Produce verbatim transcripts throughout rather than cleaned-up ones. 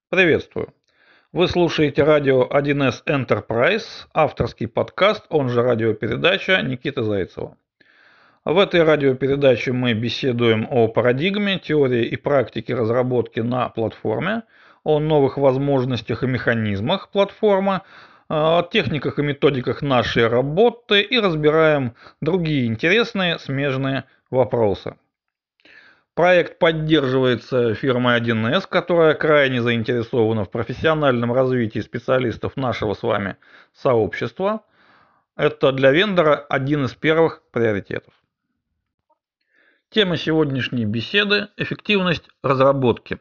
Приветствую! Вы слушаете радио один эс Enterprise, авторский подкаст, он же радиопередача Никиты Зайцева. В этой радиопередаче мы беседуем о парадигме, теории и практике разработки на платформе, о новых возможностях и механизмах платформы, о техниках и методиках нашей работы и разбираем другие интересные смежные вопросы. Проект поддерживается фирмой один эс, которая крайне заинтересована в профессиональном развитии специалистов нашего с вами сообщества. Это для вендора один из первых приоритетов. Тема сегодняшней беседы – эффективность разработки.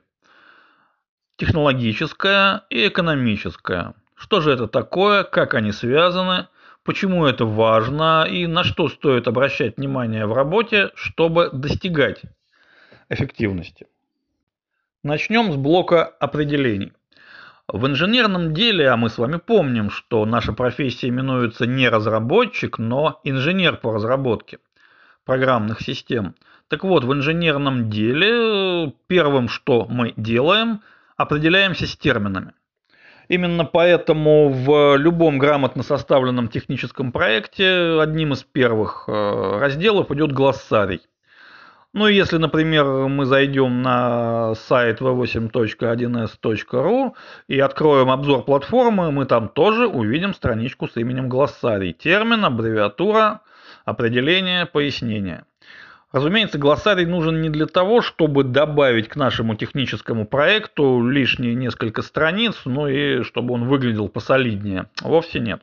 Технологическая и экономическая. Что же это такое, как они связаны, почему это важно и на что стоит обращать внимание в работе, чтобы достигать эффективности. Начнем с блока определений. В инженерном деле, а мы с вами помним, что наша профессия именуется не разработчик, но инженер по разработке программных систем. Так вот, в инженерном деле первым, что мы делаем, определяемся с терминами. Именно поэтому в любом грамотно составленном техническом проекте одним из первых разделов идет глоссарий. Ну, если, например, мы зайдем на сайт ви восемь точка один эс точка ру и откроем обзор платформы, мы там тоже увидим страничку с именем глоссарий. Термин, аббревиатура, определение, пояснение. Разумеется, глоссарий нужен не для того, чтобы добавить к нашему техническому проекту лишние несколько страниц, ну и чтобы он выглядел посолиднее. Вовсе нет.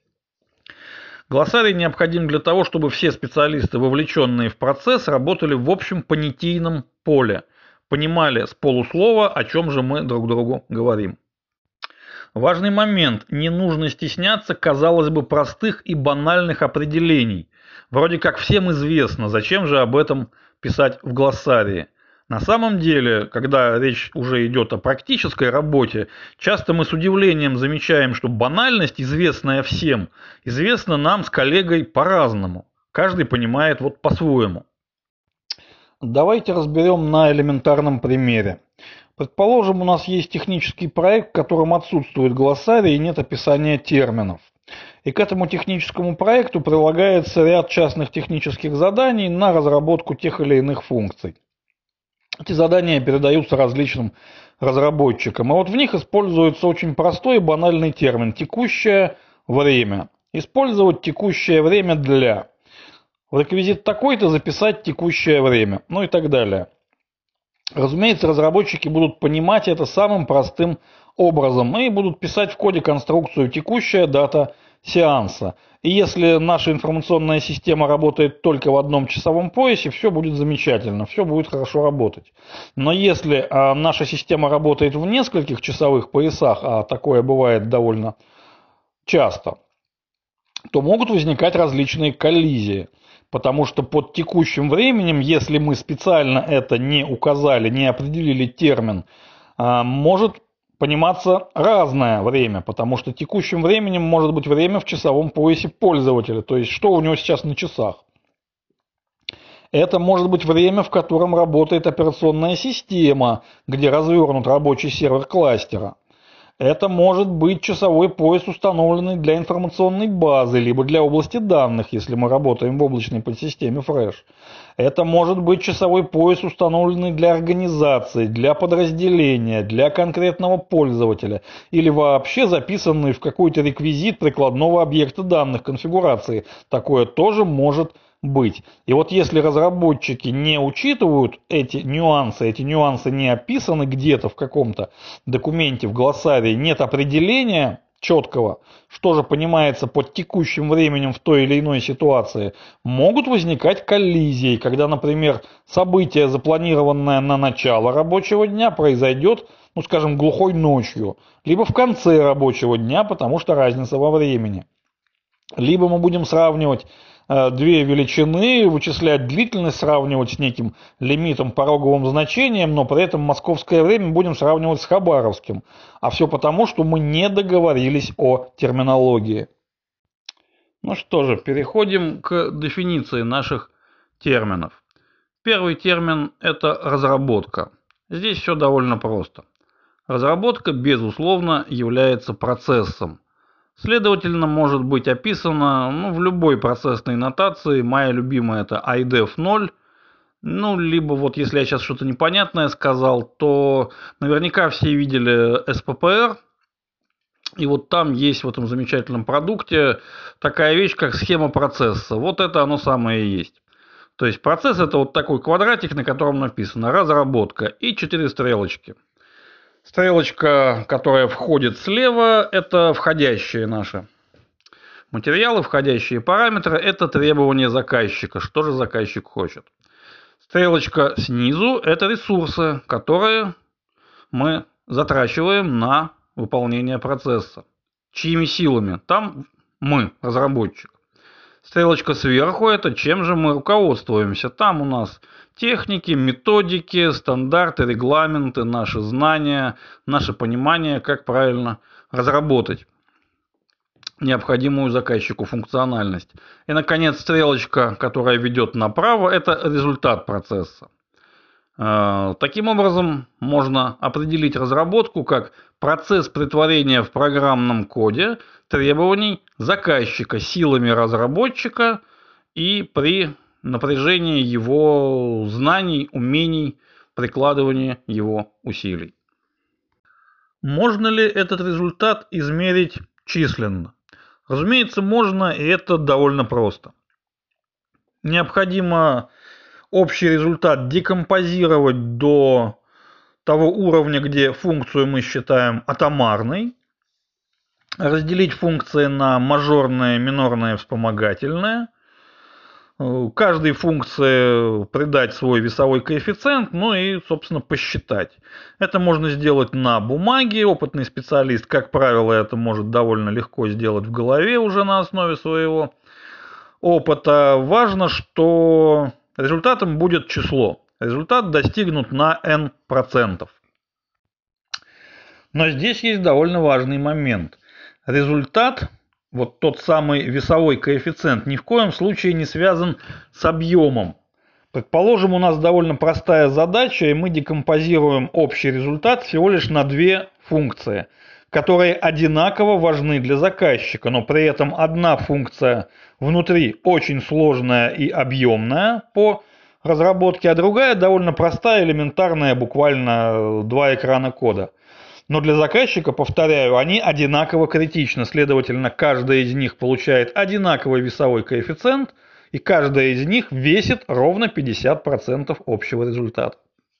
Глоссарий необходим для того, чтобы все специалисты, вовлеченные в процесс, работали в общем понятийном поле, понимали с полуслова, о чем же мы друг другу говорим. Важный момент. Не нужно стесняться, казалось бы, простых и банальных определений. Вроде как всем известно, зачем же об этом писать в глоссарии. На самом деле, когда речь уже идет о практической работе, часто мы с удивлением замечаем, что банальность, известная всем, известна нам с коллегой по-разному. Каждый понимает вот по-своему. Давайте разберем на элементарном примере. Предположим, у нас есть технический проект, в котором отсутствует глоссарий и нет описания терминов. И к этому техническому проекту прилагается ряд частных технических заданий на разработку тех или иных функций. Эти задания передаются различным разработчикам, и вот в них используется очень простой и банальный термин «текущее время». Использовать текущее время для. В реквизит такой-то записать текущее время, ну и так далее. Разумеется, разработчики будут понимать это самым простым образом и будут писать в коде конструкцию «текущая дата сеанса». И если наша информационная система работает только в одном часовом поясе, все будет замечательно, все будет хорошо работать. Но если а, наша система работает в нескольких часовых поясах, а такое бывает довольно часто, то могут возникать различные коллизии. Потому что под текущим временем, если мы специально это не указали, не определили термин, а, может пониматься разное время, потому что текущим временем может быть время в часовом поясе пользователя, то есть что у него сейчас на часах. Это может быть время, в котором работает операционная система, где развернут рабочий сервер кластера. Это может быть часовой пояс, установленный для информационной базы, либо для области данных, если мы работаем в облачной подсистеме Fresh. Это может быть часовой пояс, установленный для организации, для подразделения, для конкретного пользователя, или вообще записанный в какой-то реквизит прикладного объекта данных конфигурации. Такое тоже может быть. И вот если разработчики не учитывают эти нюансы, эти нюансы не описаны где-то в каком-то документе, в глоссарии, нет определения четкого, что же понимается под текущим временем в той или иной ситуации, могут возникать коллизии, когда, например, событие, запланированное на начало рабочего дня, произойдет, ну скажем, глухой ночью, либо в конце рабочего дня, потому что разница во времени. Либо мы будем сравнивать две величины, вычислять длительность, сравнивать с неким лимитом, пороговым значением, но при этом московское время будем сравнивать с хабаровским. А все потому, что мы не договорились о терминологии. Ну что же, переходим к дефиниции наших терминов. Первый термин – это разработка. Здесь все довольно просто. Разработка, безусловно, является процессом. Следовательно, может быть описана ну, в любой процессной нотации. Моя любимая это ай ди и эф ноль. Ну, либо вот если я сейчас что-то непонятное сказал, то наверняка все видели эс пэ пэ эр. И вот там есть в этом замечательном продукте такая вещь, как схема процесса. Вот это оно самое и есть. То есть процесс это вот такой квадратик, на котором написано разработка и четыре стрелочки. Стрелочка, которая входит слева, это входящие наши материалы, входящие параметры, это требования заказчика, что же заказчик хочет. Стрелочка снизу это ресурсы, которые мы затрачиваем на выполнение процесса. Чьими силами? Там мы, разработчик. Стрелочка сверху это чем же мы руководствуемся. Там у нас техники, методики, стандарты, регламенты, наши знания, наше понимание, как правильно разработать необходимую заказчику функциональность. И, наконец, стрелочка, которая ведет направо, это результат процесса. Таким образом, можно определить разработку как процесс претворения в программном коде требований заказчика силами разработчика и при напряжении его знаний, умений, прикладывании его усилий. Можно ли этот результат измерить численно? Разумеется, можно, и это довольно просто. Необходимо общий результат декомпозировать до того уровня, где функцию мы считаем атомарной, разделить функции на мажорные, минорные, вспомогательные, каждой функции придать свой весовой коэффициент, ну и, собственно, посчитать. Это можно сделать на бумаге. Опытный специалист, как правило, это может довольно легко сделать в голове уже на основе своего опыта. Важно, что результатом будет число. Результат достигнут на n процентов. Но здесь есть довольно важный момент. Результат, вот тот самый весовой коэффициент, ни в коем случае не связан с объемом. Предположим, у нас довольно простая задача, и мы декомпозируем общий результат всего лишь на две функции, которые одинаково важны для заказчика, но при этом одна функция внутри очень сложная и объемная по разработке, а другая довольно простая, элементарная, буквально два экрана кода. Но для заказчика, повторяю, они одинаково критичны, следовательно, каждая из них получает одинаковый весовой коэффициент, и каждая из них весит ровно пятьдесят процентов общего результата.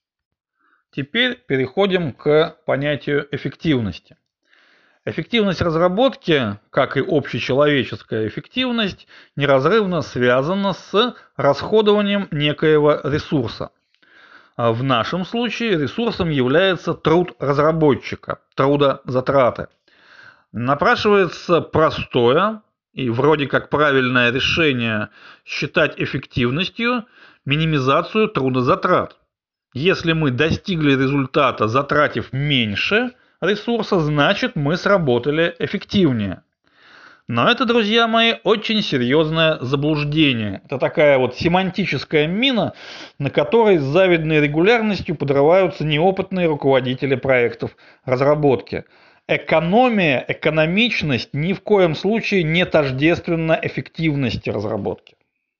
Теперь переходим к понятию эффективности. Эффективность разработки, как и общечеловеческая эффективность, неразрывно связана с расходованием некоего ресурса. В нашем случае ресурсом является труд разработчика, трудозатраты. Напрашивается простое и вроде как правильное решение считать эффективностью минимизацию трудозатрат. Если мы достигли результата, затратив меньше ресурса, значит мы сработали эффективнее. Но это, друзья мои, очень серьезное заблуждение. Это такая вот семантическая мина, на которой с завидной регулярностью подрываются неопытные руководители проектов разработки. Экономия, экономичность ни в коем случае не тождественна эффективности разработки.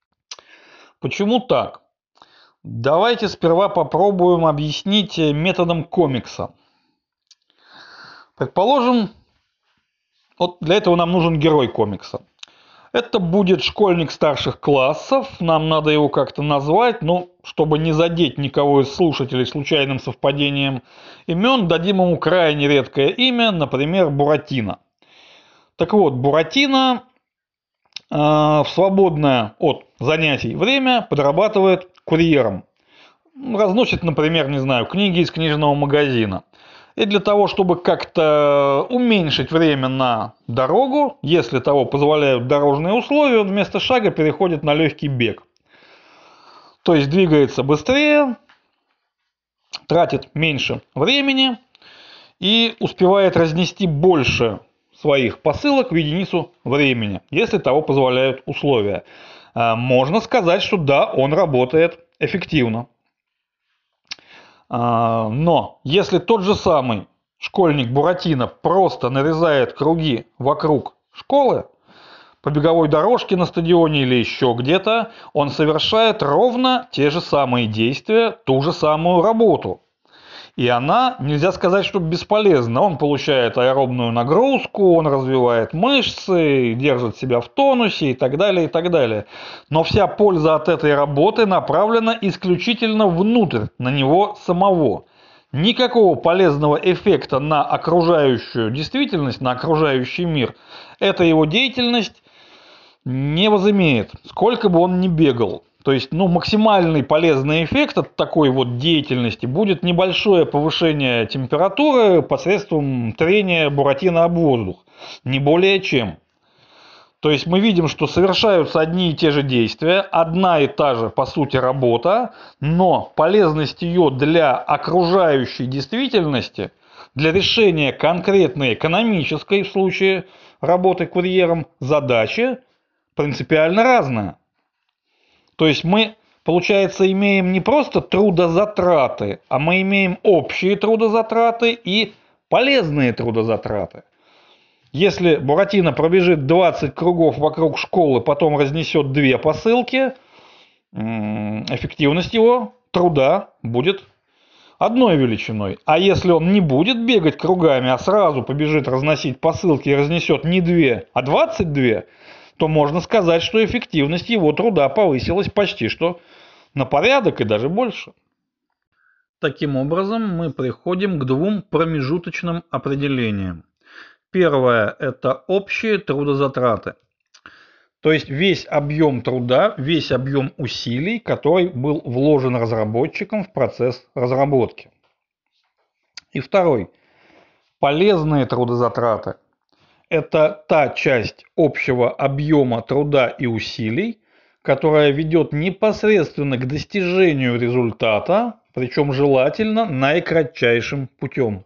Почему так? Давайте сперва попробуем объяснить методом комикса. Предположим, вот для этого нам нужен герой комикса. Это будет школьник старших классов, нам надо его как-то назвать, но чтобы не задеть никого из слушателей случайным совпадением имен, дадим ему крайне редкое имя, например, Буратино. Так вот, Буратино э, в свободное от занятий время подрабатывает курьером. Разносит, например, не знаю, книги из книжного магазина. И для того, чтобы как-то уменьшить время на дорогу, если того позволяют дорожные условия, он вместо шага переходит на легкий бег. То есть двигается быстрее, тратит меньше времени и успевает разнести больше своих посылок в единицу времени, если того позволяют условия. Можно сказать, что да, он работает эффективно. Но если тот же самый школьник Буратино просто нарезает круги вокруг школы, по беговой дорожке на стадионе или еще где-то, он совершает ровно те же самые действия, ту же самую работу. И она, нельзя сказать, что бесполезна. Он получает аэробную нагрузку, он развивает мышцы, держит себя в тонусе и так далее, и так далее. Но вся польза от этой работы направлена исключительно внутрь, на него самого. Никакого полезного эффекта на окружающую действительность, на окружающий мир эта его деятельность не возымеет, сколько бы он ни бегал. То есть, ну, максимальный полезный эффект от такой вот деятельности будет небольшое повышение температуры посредством трения Буратино об воздух. Не более чем. То есть мы видим, что совершаются одни и те же действия, одна и та же, по сути, работа, но полезность ее для окружающей действительности, для решения конкретной экономической, в случае работы курьером, задачи, принципиально разная. То есть мы, получается, имеем не просто трудозатраты, а мы имеем общие трудозатраты и полезные трудозатраты. Если Буратино пробежит двадцать кругов вокруг школы, потом разнесет две посылки, эффективность его труда будет одной величиной. А если он не будет бегать кругами, а сразу побежит разносить посылки и разнесет не две, а двадцать две, то можно сказать, что эффективность его труда повысилась почти что на порядок и даже больше. Таким образом, мы приходим к двум промежуточным определениям. Первое – это общие трудозатраты. То есть весь объем труда, весь объем усилий, который был вложен разработчиком в процесс разработки. И второй – полезные трудозатраты. Это та часть общего объема труда и усилий, которая ведет непосредственно к достижению результата, причем желательно наикратчайшим путем.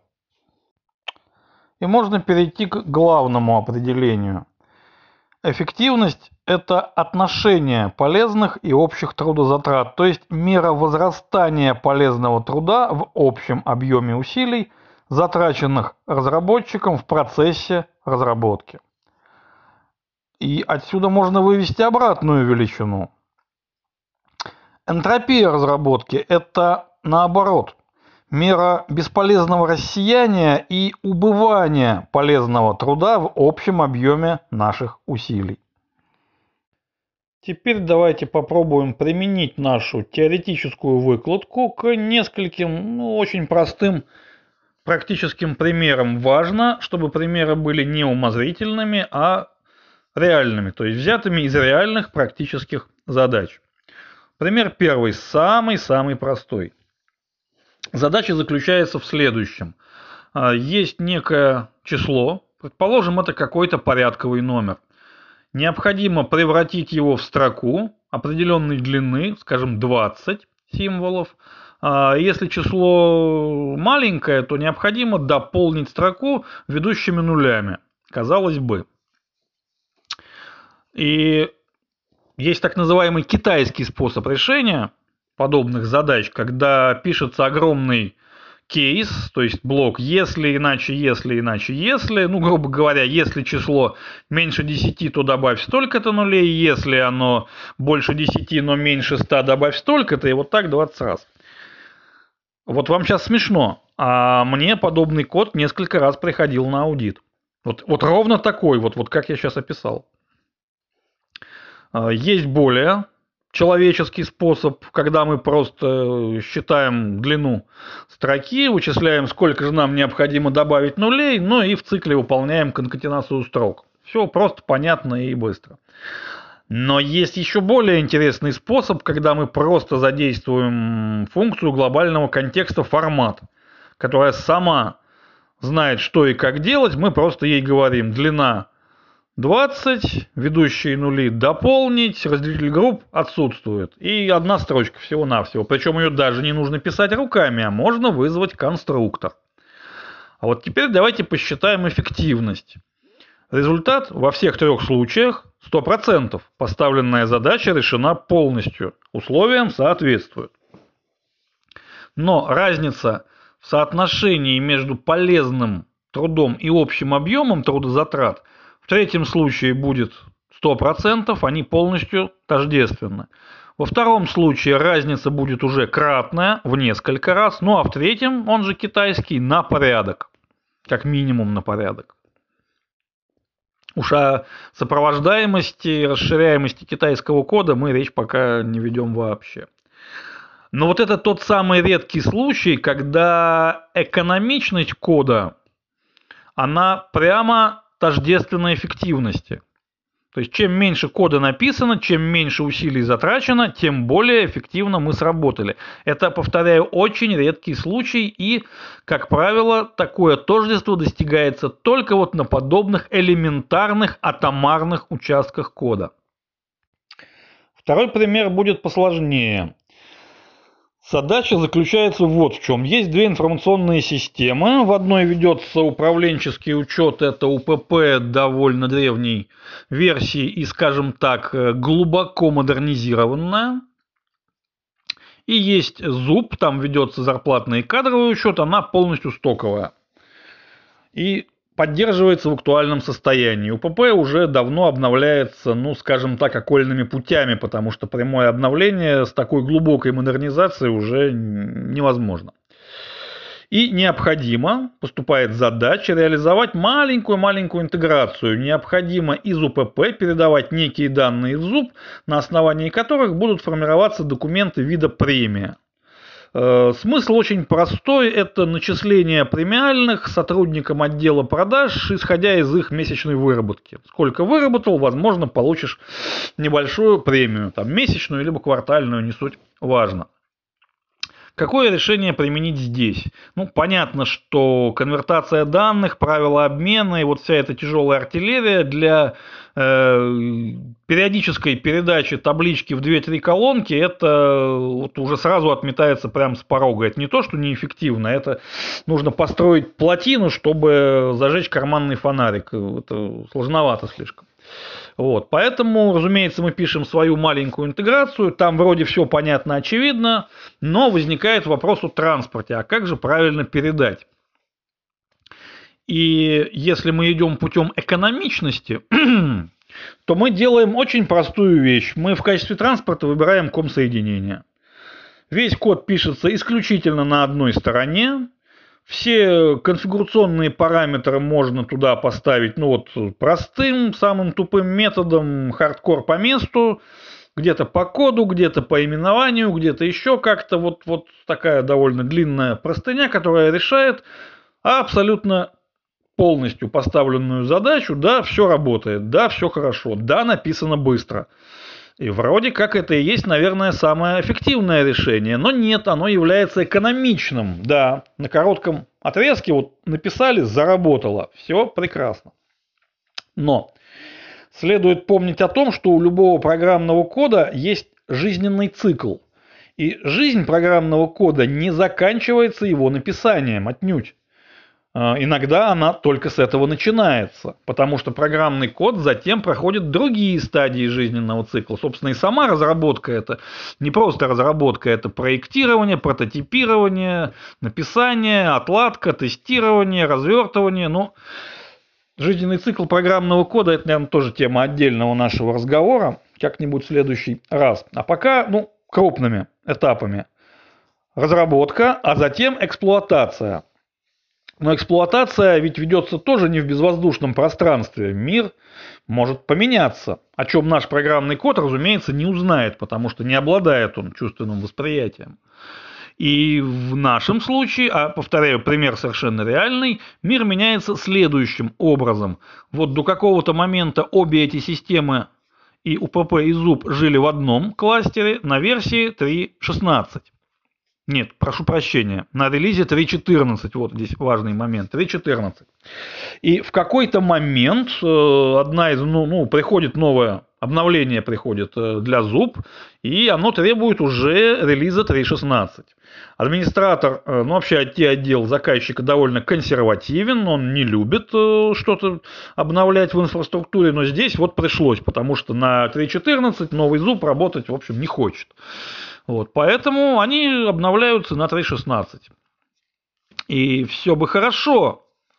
И можно перейти к главному определению. Эффективность – это отношение полезных и общих трудозатрат, то есть мера возрастания полезного труда в общем объеме усилий, затраченных разработчиком в процессе разработки. И отсюда можно вывести обратную величину. Энтропия разработки – это наоборот мера бесполезного рассеяния и убывания полезного труда в общем объеме наших усилий. Теперь давайте попробуем применить нашу теоретическую выкладку к нескольким, ну, очень простым практическим примерам. Важно, чтобы примеры были не умозрительными, а реальными, то есть взятыми из реальных практических задач. Пример первый, самый-самый простой. Задача заключается в следующем. Есть некое число, предположим, это какой-то порядковый номер. Необходимо превратить его в строку определенной длины, скажем, двадцать символов. Если число маленькое, то необходимо дополнить строку ведущими нулями. Казалось бы. И есть так называемый китайский способ решения подобных задач, когда пишется огромный кейс, то есть блок «если, иначе, если, иначе, если». Ну, грубо говоря, если число меньше десяти, то добавь столько-то нулей, если оно больше десяти, но меньше ста, добавь столько-то, и вот так двадцать раз. Вот вам сейчас смешно, а мне подобный код несколько раз приходил на аудит. Вот, вот ровно такой, вот, вот как я сейчас описал. Есть более человеческий способ, когда мы просто считаем длину строки, вычисляем, сколько же нам необходимо добавить нулей, ну и в цикле выполняем конкатенацию строк. Все просто, понятно и быстро. Но есть еще более интересный способ, когда мы просто задействуем функцию глобального контекста формат, которая сама знает, что и как делать, мы просто ей говорим длина двадцать, ведущие нули дополнить, разделитель групп отсутствует. И одна строчка всего-навсего. Причем ее даже не нужно писать руками, а можно вызвать конструктор. А вот теперь давайте посчитаем эффективность. Результат во всех трех случаях сто процентов. Поставленная задача решена полностью. Условиям соответствует. Но разница в соотношении между полезным трудом и общим объемом трудозатрат, в третьем случае будет сто процентов, они полностью тождественны. Во втором случае разница будет уже кратная, в несколько раз, ну а в третьем, он же китайский, на порядок, как минимум на порядок. Уж о сопровождаемости и расширяемости китайского кода мы речь пока не ведем вообще. Но вот это тот самый редкий случай, когда экономичность кода, она прямо тождественна эффективности. То есть, чем меньше кода написано, чем меньше усилий затрачено, тем более эффективно мы сработали. Это, повторяю, очень редкий случай, и, как правило, такое тождество достигается только вот на подобных элементарных атомарных участках кода. Второй пример будет посложнее. Задача заключается вот в чем. Есть две информационные системы. В одной ведется управленческий учет, это У П П довольно древней версии и, скажем так, глубоко модернизированная. И есть Зуб, там ведется зарплатный и кадровый учет, она полностью стоковая. И поддерживается в актуальном состоянии. У П П уже давно обновляется, ну, скажем так, окольными путями, потому что прямое обновление с такой глубокой модернизацией уже невозможно. И необходимо, поступает задача, реализовать маленькую-маленькую интеграцию. Необходимо из У П П передавать некие данные в Зуб, на основании которых будут формироваться документы вида премия. Смысл очень простой, это начисление премиальных сотрудникам отдела продаж, исходя из их месячной выработки. Сколько выработал, возможно, получишь небольшую премию, там, месячную либо квартальную, не суть важно. Какое решение применить здесь? Ну, понятно, что конвертация данных, правила обмена и вот вся эта тяжелая артиллерия для э, периодической передачи таблички в две-три колонки, это вот уже сразу отметается прямо с порога. Это не то, что неэффективно, это нужно построить плотину, чтобы зажечь карманный фонарик. Это сложновато слишком. Вот, поэтому, разумеется, мы пишем свою маленькую интеграцию, там вроде все понятно, очевидно, но возникает вопрос о транспорте, а как же правильно передать? И если мы идем путем экономичности, то мы делаем очень простую вещь. Мы в качестве транспорта выбираем ком-соединение. Весь код пишется исключительно на одной стороне. Все конфигурационные параметры можно туда поставить, ну вот, простым, самым тупым методом, хардкор по месту, где-то по коду, где-то по именованию, где-то еще как-то. Вот, вот такая довольно длинная простыня, которая решает абсолютно полностью поставленную задачу. Да, все работает, да, все хорошо, да, написано быстро. И вроде как это и есть, наверное, самое эффективное решение. Но нет, оно является экономичным. Да, на коротком отрезке вот написали, заработало. Все прекрасно. Но следует помнить о том, что у любого программного кода есть жизненный цикл. И жизнь программного кода не заканчивается его написанием отнюдь. Иногда она только с этого начинается, потому что программный код затем проходит другие стадии жизненного цикла. Собственно, и сама разработка – это не просто разработка, это проектирование, прототипирование, написание, отладка, тестирование, развертывание. Ну, жизненный цикл программного кода – это, наверное, тоже тема отдельного нашего разговора, как-нибудь в следующий раз. А пока, ну, крупными этапами. Разработка, а затем эксплуатация. Но эксплуатация ведь ведется тоже не в безвоздушном пространстве. Мир может поменяться, о чем наш программный код, разумеется, не узнает, потому что не обладает он чувственным восприятием. И в нашем случае, а повторяю, пример совершенно реальный, мир меняется следующим образом. Вот до какого-то момента обе эти системы, и У П П, и Зуб, жили в одном кластере на версии три точка шестнадцать. Нет, прошу прощения, на релизе три точка четырнадцать, вот здесь важный момент, три точка четырнадцать. И в какой-то момент одна из, ну, ну, приходит новое обновление, приходит для Зуб, и оно требует уже релиза три точка шестнадцать. Администратор, ну вообще ай ти-отдел заказчика довольно консервативен, он не любит что-то обновлять в инфраструктуре, но здесь вот пришлось, потому что на три точка четырнадцать новый Зуб работать, в общем, не хочет. Вот, поэтому они обновляются на три точка шестнадцать. и все бы хорошо.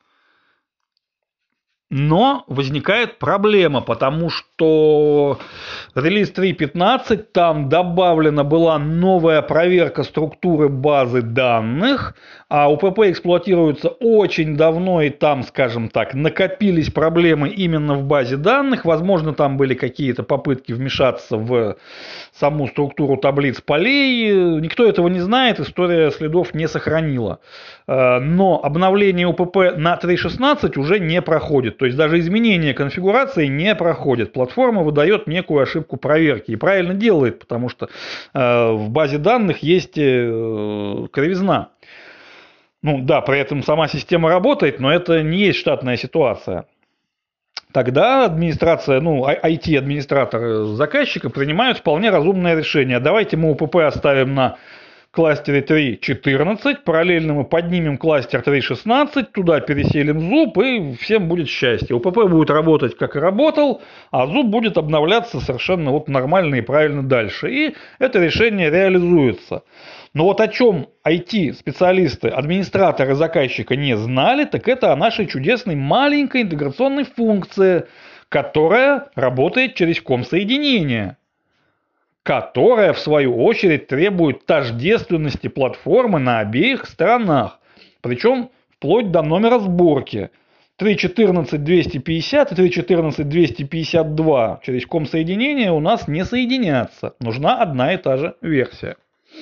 Но возникает проблема, потому что релиз три точка пятнадцать, там добавлена была новая проверка структуры базы данных, а УПП эксплуатируется очень давно, и там, скажем так, накопились проблемы именно в базе данных. Возможно, там были какие-то попытки вмешаться в саму структуру таблиц полей. Никто этого не знает, история следов не сохранила. Но обновление УПП на три точка шестнадцать уже не проходит. То есть даже изменение конфигурации не проходит. Платформа выдает некую ошибку проверки. И правильно делает, потому что в базе данных есть кривизна. Ну да, при этом сама система работает, но это не есть штатная ситуация. Тогда администрация, ну, ай ти-администратор заказчика принимают вполне разумное решение. Давайте мы УПП оставим на кластере три точка четырнадцать, параллельно мы поднимем кластер три точка шестнадцать, туда переселим зуб, и всем будет счастье. УПП будет работать, как и работал, а зуб будет обновляться совершенно вот нормально и правильно дальше. И это решение реализуется. Но вот о чем ай ти-специалисты, администраторы заказчика не знали, так это о нашей чудесной маленькой интеграционной функции, которая работает через ком-соединение, которая, в свою очередь, требует тождественности платформы на обеих сторонах, причем вплоть до номера сборки. три точка четырнадцать двести пятьдесят и три точка четырнадцать двести пятьдесят два через ком-соединение у нас не соединятся. Нужна одна и та же версия.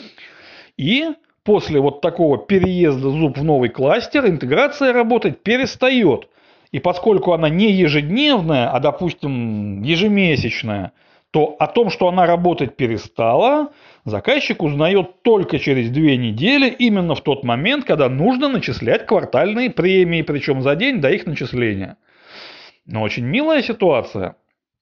И после вот такого переезда зуб в новый кластер интеграция работать перестает. И поскольку она не ежедневная, а, допустим, ежемесячная, то о том, что она работать перестала, заказчик узнает только через две недели, именно в тот момент, когда нужно начислять квартальные премии, причем за день до их начисления. Но очень милая ситуация.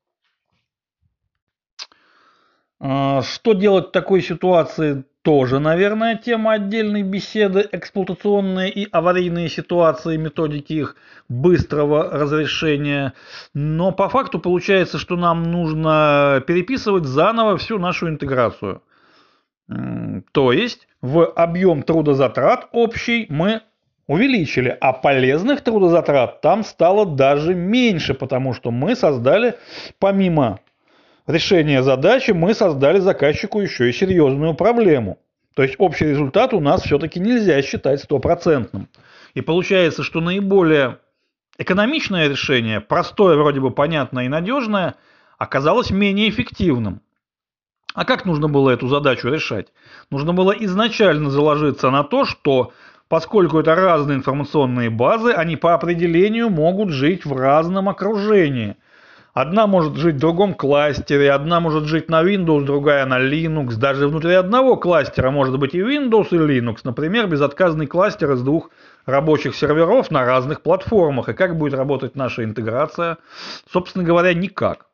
Что делать в такой ситуации? Тоже, наверное, тема отдельной беседы. Эксплуатационные и аварийные ситуации, методики их быстрого разрешения. Но по факту получается, что нам нужно переписывать заново всю нашу интеграцию. То есть в объем трудозатрат общий мы увеличили, а полезных трудозатрат там стало даже меньше, потому что мы создали, помимо решения задачи, мы создали заказчику еще и серьезную проблему. То есть общий результат у нас все-таки нельзя считать стопроцентным. И получается, что наиболее экономичное решение, простое, вроде бы понятное и надежное, оказалось менее эффективным. А как нужно было эту задачу решать? Нужно было изначально заложиться на то, что поскольку это разные информационные базы, они по определению могут жить в разном окружении. Одна может жить в другом кластере, одна может жить на Windows, другая на Linux. Даже внутри одного кластера может быть и Windows, и Linux. Например, безотказный кластер из двух рабочих серверов на разных платформах. И как будет работать наша интеграция? Собственно говоря, никак.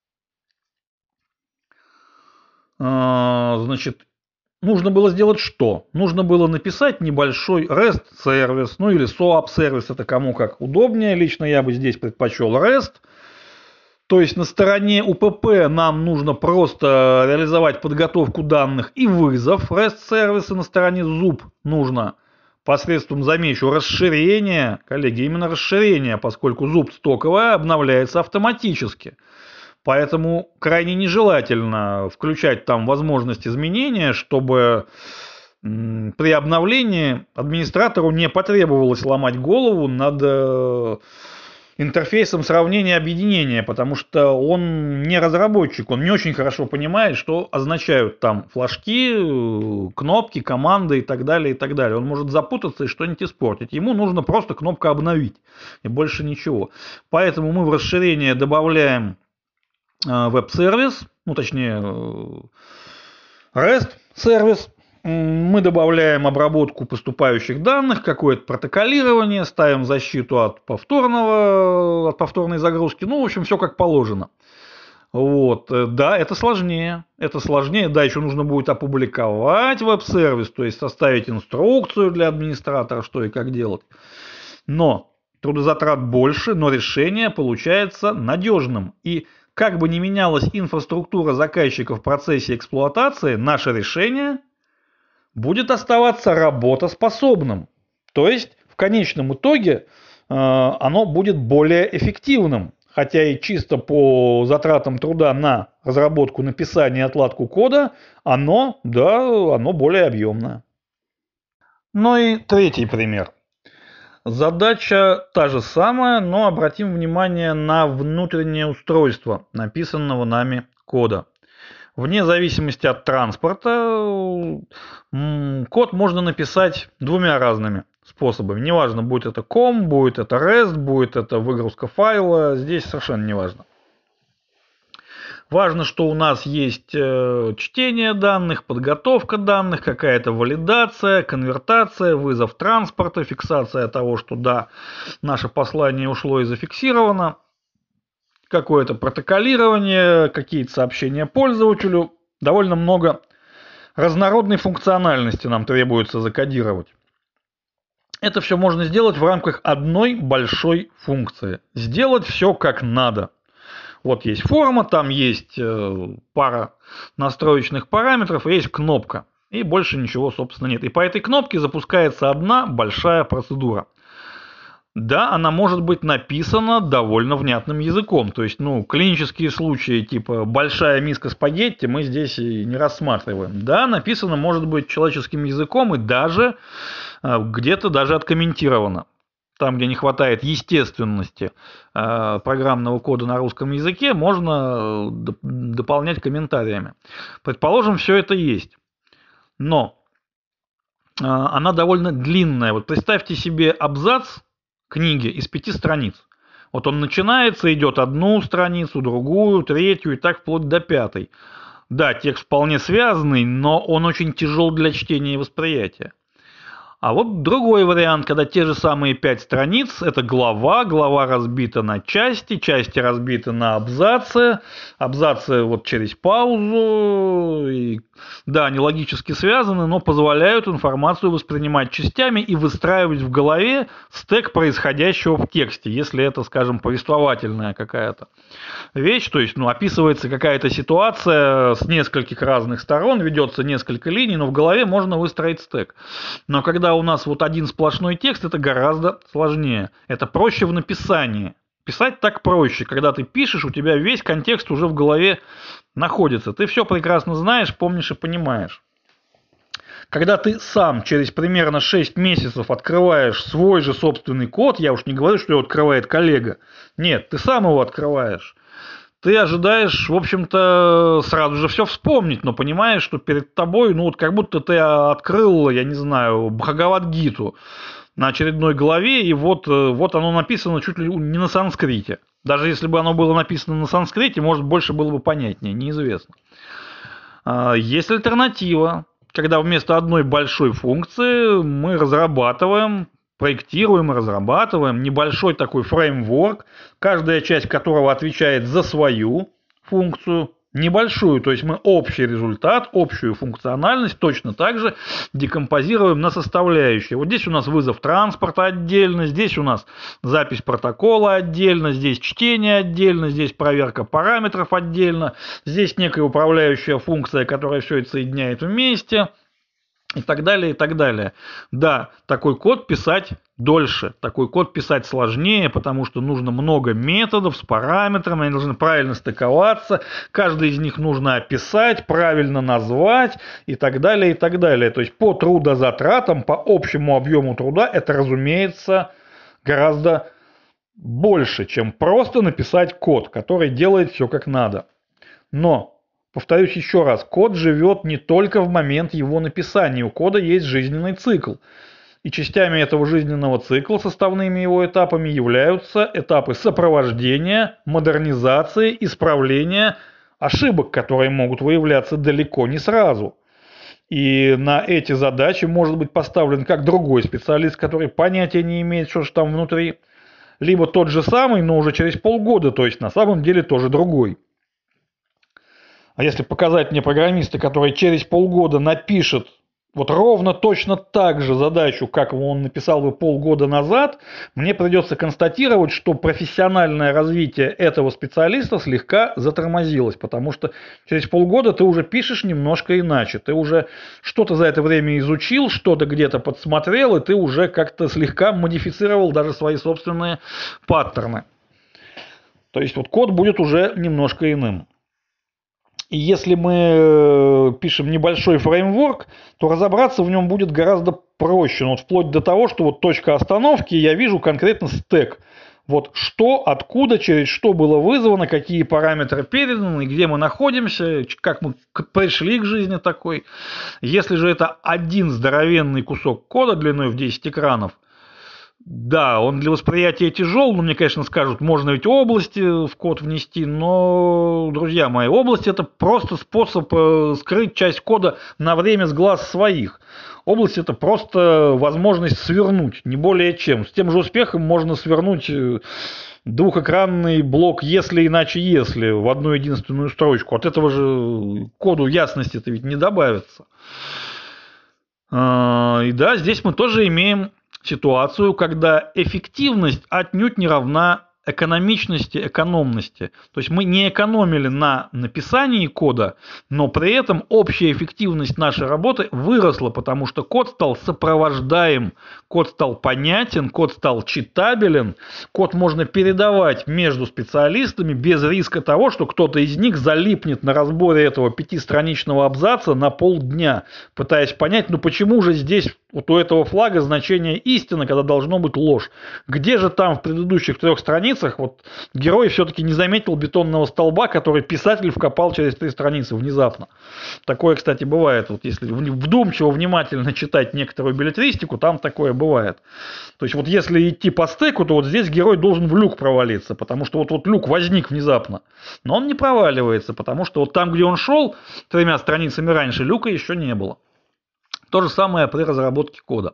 Значит, нужно было сделать что? Нужно было написать небольшой REST-сервис, ну или SOAP-сервис, это кому как удобнее. Лично я бы здесь предпочел REST. То есть на стороне УПП нам нужно просто реализовать подготовку данных и вызов REST-сервиса. На стороне зуб нужно посредством, замечу, расширения, коллеги, именно расширения, поскольку зуб стоковая обновляется автоматически. Поэтому крайне нежелательно включать там возможность изменения, чтобы при обновлении администратору не потребовалось ломать голову над интерфейсом сравнения и объединения, потому что он не разработчик, он не очень хорошо понимает, что означают там флажки, кнопки, команды и так далее, и так далее. Он может запутаться и что-нибудь испортить. Ему нужно просто кнопку обновить, и больше ничего. Поэтому мы в расширение добавляем веб-сервис, ну точнее REST-сервис. Мы добавляем обработку поступающих данных, какое-то протоколирование, ставим защиту от повторного, от повторной загрузки. Ну, в общем, все как положено. Вот. Да, это сложнее. Это сложнее. Да, еще нужно будет опубликовать веб-сервис, то есть составить инструкцию для администратора, что и как делать. Но трудозатрат больше, но решение получается надежным. И как бы ни менялась инфраструктура заказчика в процессе эксплуатации, наше решение будет оставаться работоспособным. То есть в конечном итоге э, оно будет более эффективным. Хотя и чисто по затратам труда на разработку, написание и отладку кода, оно, да, оно более объемное. Ну и третий пример. Задача та же самая, но обратим внимание на внутреннее устройство написанного нами кода. Вне зависимости от транспорта, код можно написать двумя разными способами. Неважно, будет это ком, будет это рест, будет это выгрузка файла, здесь совершенно не важно. Важно, что у нас есть чтение данных, подготовка данных, какая-то валидация, конвертация, вызов транспорта, фиксация того, что да, наше послание ушло и зафиксировано, какое-то протоколирование, какие-то сообщения пользователю. Довольно много разнородной функциональности нам требуется закодировать. Это все можно сделать в рамках одной большой функции. Сделать все как надо. Вот есть форма, там есть пара настроечных параметров, и есть кнопка. И больше ничего, собственно, нет. И по этой кнопке запускается одна большая процедура. Да, она может быть написана довольно внятным языком. То есть, ну, клинические случаи типа большая миска спагетти мы здесь и не рассматриваем. Да, написано может быть человеческим языком и даже где-то даже откомментировано. Там, где не хватает естественности э, программного кода на русском языке, можно доп- дополнять комментариями. Предположим, все это есть. Но э, она довольно длинная. Вот представьте себе абзац книги из пяти страниц. Вот он начинается, идет одну страницу, другую, третью и так вплоть до пятой. Да, текст вполне связанный, но он очень тяжел для чтения и восприятия. А вот другой вариант, когда те же самые пять страниц, это глава, глава разбита на части, части разбиты на абзацы, абзацы вот через паузу, и, да, они логически связаны, но позволяют информацию воспринимать частями и выстраивать в голове стэк происходящего в тексте, если это, скажем, повествовательная какая-то вещь, то есть, ну, описывается какая-то ситуация с нескольких разных сторон, ведется несколько линий, но в голове можно выстроить стэк. Но когда у нас вот один сплошной текст, это гораздо сложнее. Это проще в написании. Писать так проще. Когда ты пишешь, у тебя весь контекст уже в голове находится. Ты все прекрасно знаешь, помнишь и понимаешь. Когда ты сам через примерно шесть месяцев открываешь свой же собственный код, я уж не говорю, что его открывает коллега. Нет, ты сам его открываешь. Ты ожидаешь, в общем-то, сразу же все вспомнить, но понимаешь, что перед тобой, ну вот как будто ты открыл, я не знаю, Бхагавад-гиту на очередной главе, и вот, вот оно написано чуть ли не на санскрите. Даже если бы оно было написано на санскрите, может, больше было бы понятнее, неизвестно. Есть альтернатива, когда вместо одной большой функции мы разрабатываем, проектируем и разрабатываем небольшой такой фреймворк, каждая часть которого отвечает за свою функцию, небольшую, то есть мы общий результат, общую функциональность точно так же декомпозируем на составляющие. Вот здесь у нас вызов транспорта отдельно, здесь у нас запись протокола отдельно, здесь чтение отдельно, здесь проверка параметров отдельно, здесь некая управляющая функция, которая все это соединяет вместе. И так далее, и так далее. Да, такой код писать дольше, такой код писать сложнее, потому что нужно много методов с параметрами, они должны правильно стыковаться, каждый из них нужно описать, правильно назвать и так далее, и так далее. То есть по трудозатратам, по общему объему труда это, разумеется, гораздо больше, чем просто написать код, который делает все как надо. Но повторюсь еще раз, код живет не только в момент его написания, у кода есть жизненный цикл. И частями этого жизненного цикла, составными его этапами, являются этапы сопровождения, модернизации, исправления ошибок, которые могут выявляться далеко не сразу. И на эти задачи может быть поставлен как другой специалист, который понятия не имеет, что же там внутри, либо тот же самый, но уже через полгода, то есть на самом деле тоже другой. А если показать мне программиста, который через полгода напишет вот ровно точно так же задачу, как он написал бы полгода назад, мне придется констатировать, что профессиональное развитие этого специалиста слегка затормозилось, потому что через полгода ты уже пишешь немножко иначе, ты уже что-то за это время изучил, что-то где-то подсмотрел, и ты уже как-то слегка модифицировал даже свои собственные паттерны. То есть вот код будет уже немножко иным. И если мы пишем небольшой фреймворк, то разобраться в нем будет гораздо проще. Ну, вот вплоть до того, что вот точка остановки, я вижу конкретно стек. Вот что, откуда, через что было вызвано, какие параметры переданы, где мы находимся, как мы пришли к жизни такой. Если же это один здоровенный кусок кода длиной в десять экранов, да, он для восприятия тяжел, но мне, конечно, скажут, можно ведь области в код внести, но, друзья мои, область это просто способ скрыть часть кода на время с глаз своих. Область это просто возможность свернуть, не более чем. С тем же успехом можно свернуть двухэкранный блок «если, иначе, если» в одну единственную строчку. От этого же коду ясности-то ведь не добавится. И да, здесь мы тоже имеем ситуацию, когда эффективность отнюдь не равна экономичности, экономности. То есть мы не экономили на написании кода, но при этом общая эффективность нашей работы выросла, потому что код стал сопровождаем, код стал понятен, код стал читабелен, код можно передавать между специалистами без риска того, что кто-то из них залипнет на разборе этого пятистраничного абзаца на полдня, пытаясь понять, ну почему же здесь вот у этого флага значение истины, когда должно быть ложь. Где же там в предыдущих трех страницах вот герой все-таки не заметил бетонного столба, который писатель вкопал через три страницы внезапно. Такое, кстати, бывает. Вот если вдумчиво, внимательно читать некоторую беллетристику, там такое бывает. То есть вот если идти по стеку, то вот здесь герой должен в люк провалиться, потому что вот, вот люк возник внезапно. Но он не проваливается, потому что вот там, где он шел тремя страницами раньше, люка еще не было. То же самое при разработке кода.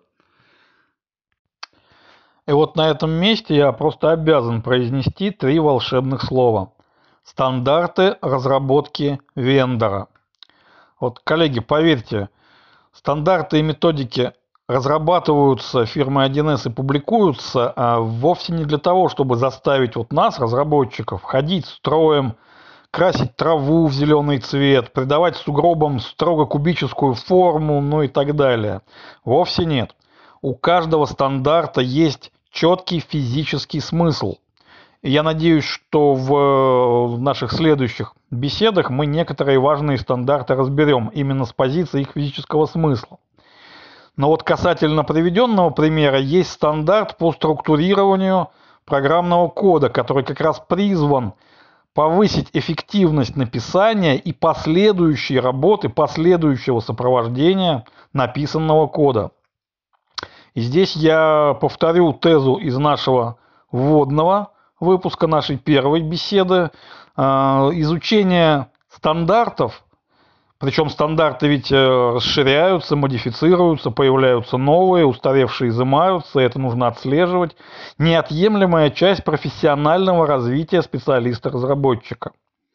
И вот на этом месте я просто обязан произнести три волшебных слова. Стандарты разработки вендора. Вот, коллеги, поверьте, стандарты и методики разрабатываются фирмой один эс и публикуются а вовсе не для того, чтобы заставить вот нас, разработчиков, ходить строем, красить траву в зеленый цвет, придавать сугробам строго кубическую форму, ну и так далее. Вовсе нет. У каждого стандарта есть четкий физический смысл. И я надеюсь, что в наших следующих беседах мы некоторые важные стандарты разберем именно с позиции их физического смысла. Но вот касательно приведенного примера есть стандарт по структурированию программного кода, который как раз призван повысить эффективность написания и последующей работы, последующего сопровождения написанного кода. И здесь я повторю тезу из нашего вводного выпуска, нашей первой беседы. Изучение стандартов, причем стандарты ведь расширяются, модифицируются, появляются новые, устаревшие изымаются, это нужно отслеживать. Неотъемлемая часть профессионального развития специалиста-разработчика.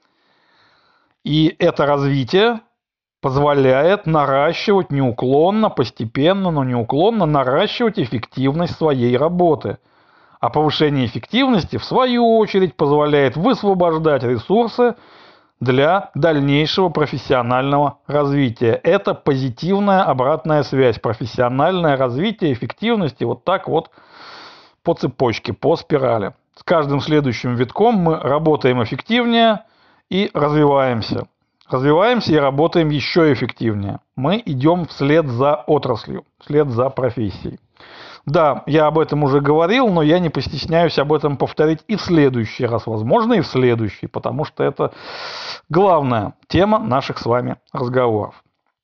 И это развитие позволяет наращивать неуклонно, постепенно, но неуклонно наращивать эффективность своей работы. А повышение эффективности, в свою очередь, позволяет высвобождать ресурсы для дальнейшего профессионального развития. Это позитивная обратная связь. Профессиональное развитие эффективности вот так вот по цепочке, по спирали. С каждым следующим витком мы работаем эффективнее и развиваемся. Развиваемся и работаем еще эффективнее. Мы идем вслед за отраслью, вслед за профессией. Да, я об этом уже говорил, но я не постесняюсь об этом повторить и в следующий раз, возможно, и в следующий, потому что это главная тема наших с вами разговоров.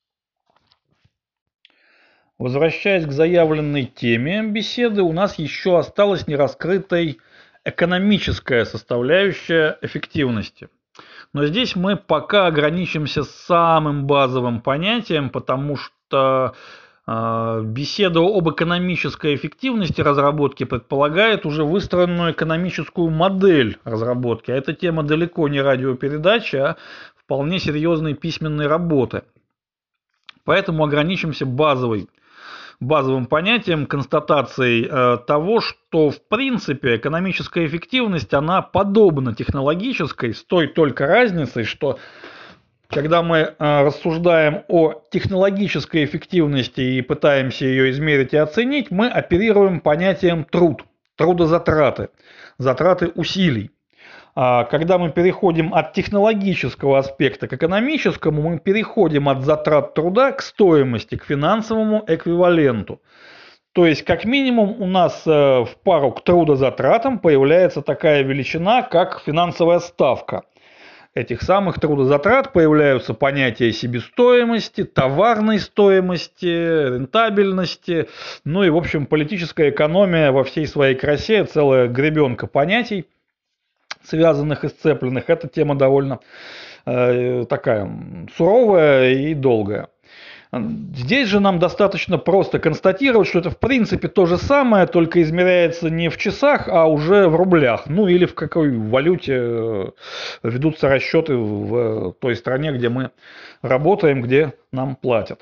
Возвращаясь к заявленной теме беседы, у нас еще осталась нераскрытой экономическая составляющая эффективности. Но здесь мы пока ограничимся самым базовым понятием, потому что э, беседа об экономической эффективности разработки предполагает уже выстроенную экономическую модель разработки. А эта тема далеко не радиопередача, а вполне серьезной письменной работы. Поэтому ограничимся базовой, базовым понятием, констатацией э, того, что в принципе экономическая эффективность, она подобна технологической, с той только разницей, что когда мы э, рассуждаем о технологической эффективности и пытаемся ее измерить и оценить, мы оперируем понятием труд, трудозатраты, затраты усилий. А когда мы переходим от технологического аспекта к экономическому, мы переходим от затрат труда к стоимости, к финансовому эквиваленту. То есть, как минимум, у нас э, в пару к трудозатратам появляется такая величина, как финансовая ставка этих самых трудозатрат, появляются понятия себестоимости, товарной стоимости, рентабельности, ну и, в общем, политическая экономия во всей своей красе, целая гребенка понятий, связанных и сцепленных. Эта тема довольно э, такая суровая и долгая. Здесь же нам достаточно просто констатировать, что это в принципе то же самое, только измеряется не в часах, а уже в рублях. Ну или в какой валюте ведутся расчеты в той стране, где мы работаем, где нам платят.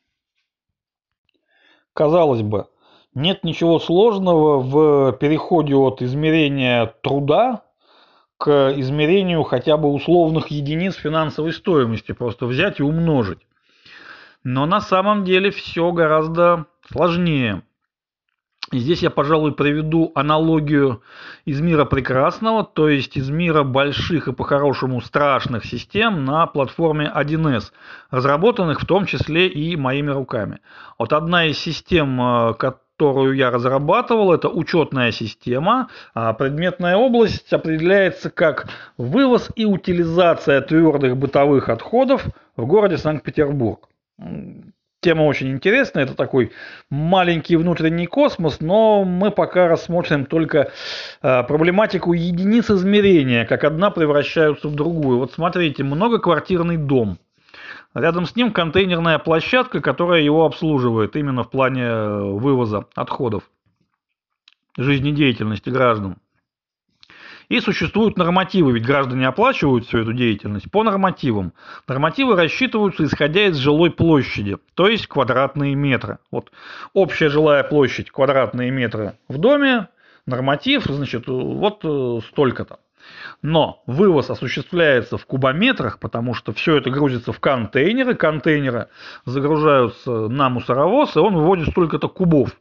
Казалось бы, нет ничего сложного в переходе от измерения труда к измерению хотя бы условных единиц финансовой стоимости. Просто взять и умножить. Но на самом деле все гораздо сложнее. И здесь я, пожалуй, приведу аналогию из мира прекрасного, то есть из мира больших и по-хорошему страшных систем на платформе один эс, разработанных в том числе и моими руками. Вот одна из систем, которую я разрабатывал, это учетная система. А предметная область определяется как вывоз и утилизация твердых бытовых отходов в городе Санкт-Петербург. Тема очень интересная, это такой маленький внутренний космос, но мы пока рассмотрим только проблематику единиц измерения, как одна превращаются в другую. Вот смотрите, многоквартирный дом. Рядом с ним контейнерная площадка, которая его обслуживает именно в плане вывоза отходов, жизнедеятельности граждан. И существуют нормативы, ведь граждане оплачивают всю эту деятельность по нормативам. Нормативы рассчитываются исходя из жилой площади, то есть квадратные метры. Вот общая жилая площадь, квадратные метры в доме, норматив, значит, вот столько-то. Но вывоз осуществляется в кубометрах, потому что все это грузится в контейнеры, контейнеры загружаются на мусоровоз, и он выводит столько-то кубов.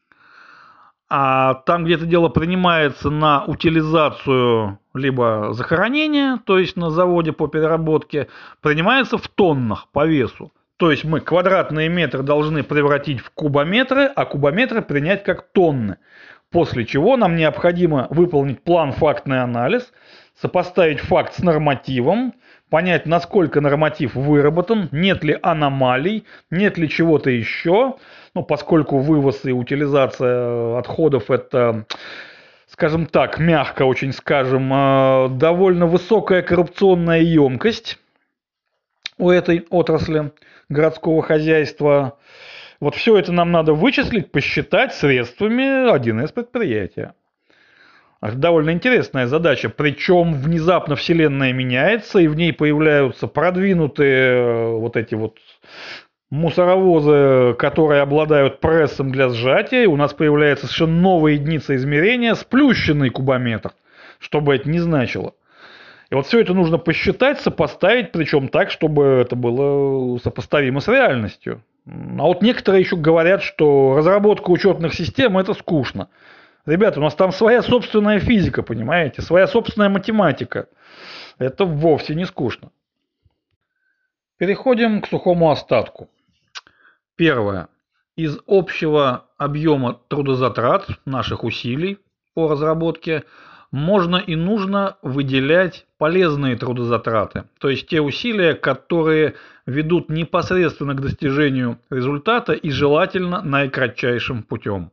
А там, где это дело принимается на утилизацию либо захоронение, то есть на заводе по переработке, принимается в тоннах по весу. То есть мы квадратные метры должны превратить в кубометры, а кубометры принять как тонны. После чего нам необходимо выполнить план-фактный анализ, сопоставить факт с нормативом, понять, насколько норматив выработан, нет ли аномалий, нет ли чего-то еще. Ну, поскольку вывоз и утилизация отходов – это, скажем так, мягко очень скажем, довольно высокая коррупционная емкость у этой отрасли городского хозяйства. Вот все это нам надо вычислить, посчитать средствами один эс предприятия. Довольно интересная задача, причем внезапно Вселенная меняется, и в ней появляются продвинутые вот эти вот мусоровозы, которые обладают прессом для сжатия, и у нас появляется совершенно новая единица измерения, сплющенный кубометр, что бы это ни значило. И вот все это нужно посчитать, сопоставить, причем так, чтобы это было сопоставимо с реальностью. А вот некоторые еще говорят, что разработка учетных систем – это скучно. Ребята, у нас там своя собственная физика, понимаете, своя собственная математика. Это вовсе не скучно. Переходим к сухому остатку. Первое. Из общего объема трудозатрат, наших усилий по разработке, можно и нужно выделять полезные трудозатраты, то есть те усилия, которые ведут непосредственно к достижению результата и желательно наикратчайшим путем.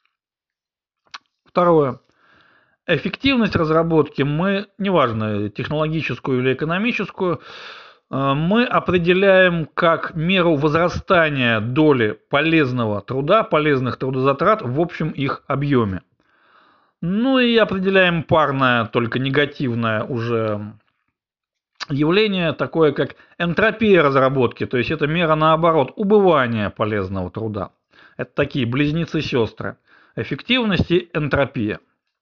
Второе. Эффективность разработки мы, неважно, технологическую или экономическую, мы определяем как меру возрастания доли полезного труда, полезных трудозатрат в общем их объеме. Ну и определяем парное, только негативное уже явление такое, как энтропия разработки, то есть это мера наоборот, убывания полезного труда. Это такие близнецы-сестры. Эффективность и энтропия.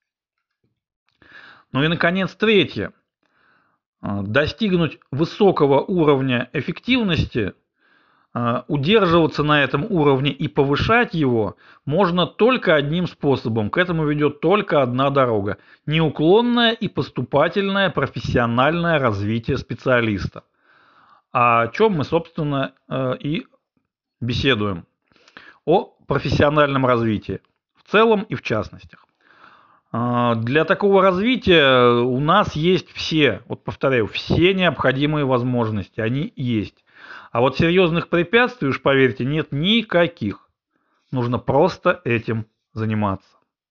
Ну и, наконец, третье. Достигнуть высокого уровня эффективности, удерживаться на этом уровне и повышать его можно только одним способом. К этому ведет только одна дорога. Неуклонное и поступательное профессиональное развитие специалиста. О чем мы, собственно, и беседуем. О профессиональном развитии. В целом и в частностях. Для такого развития у нас есть все, вот повторяю, все необходимые возможности, они есть. А вот серьезных препятствий, уж поверьте, нет никаких. Нужно просто этим заниматься.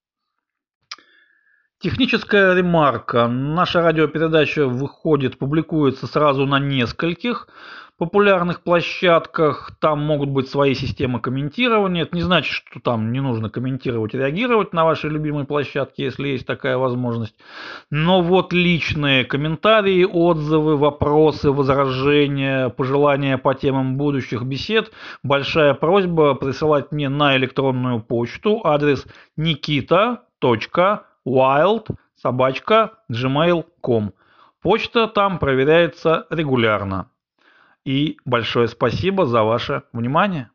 Техническая ремарка. Наша радиопередача выходит, публикуется сразу на нескольких популярных площадках. Там могут быть свои системы комментирования. Это не значит, что там не нужно комментировать, реагировать на ваши любимые площадки, если есть такая возможность. Но вот личные комментарии, отзывы, вопросы, возражения, пожелания по темам будущих бесед. Большая просьба присылать мне на электронную почту. Адрес никита точка wild собака джимейл точка ком. Почта там проверяется регулярно. И большое спасибо за ваше внимание.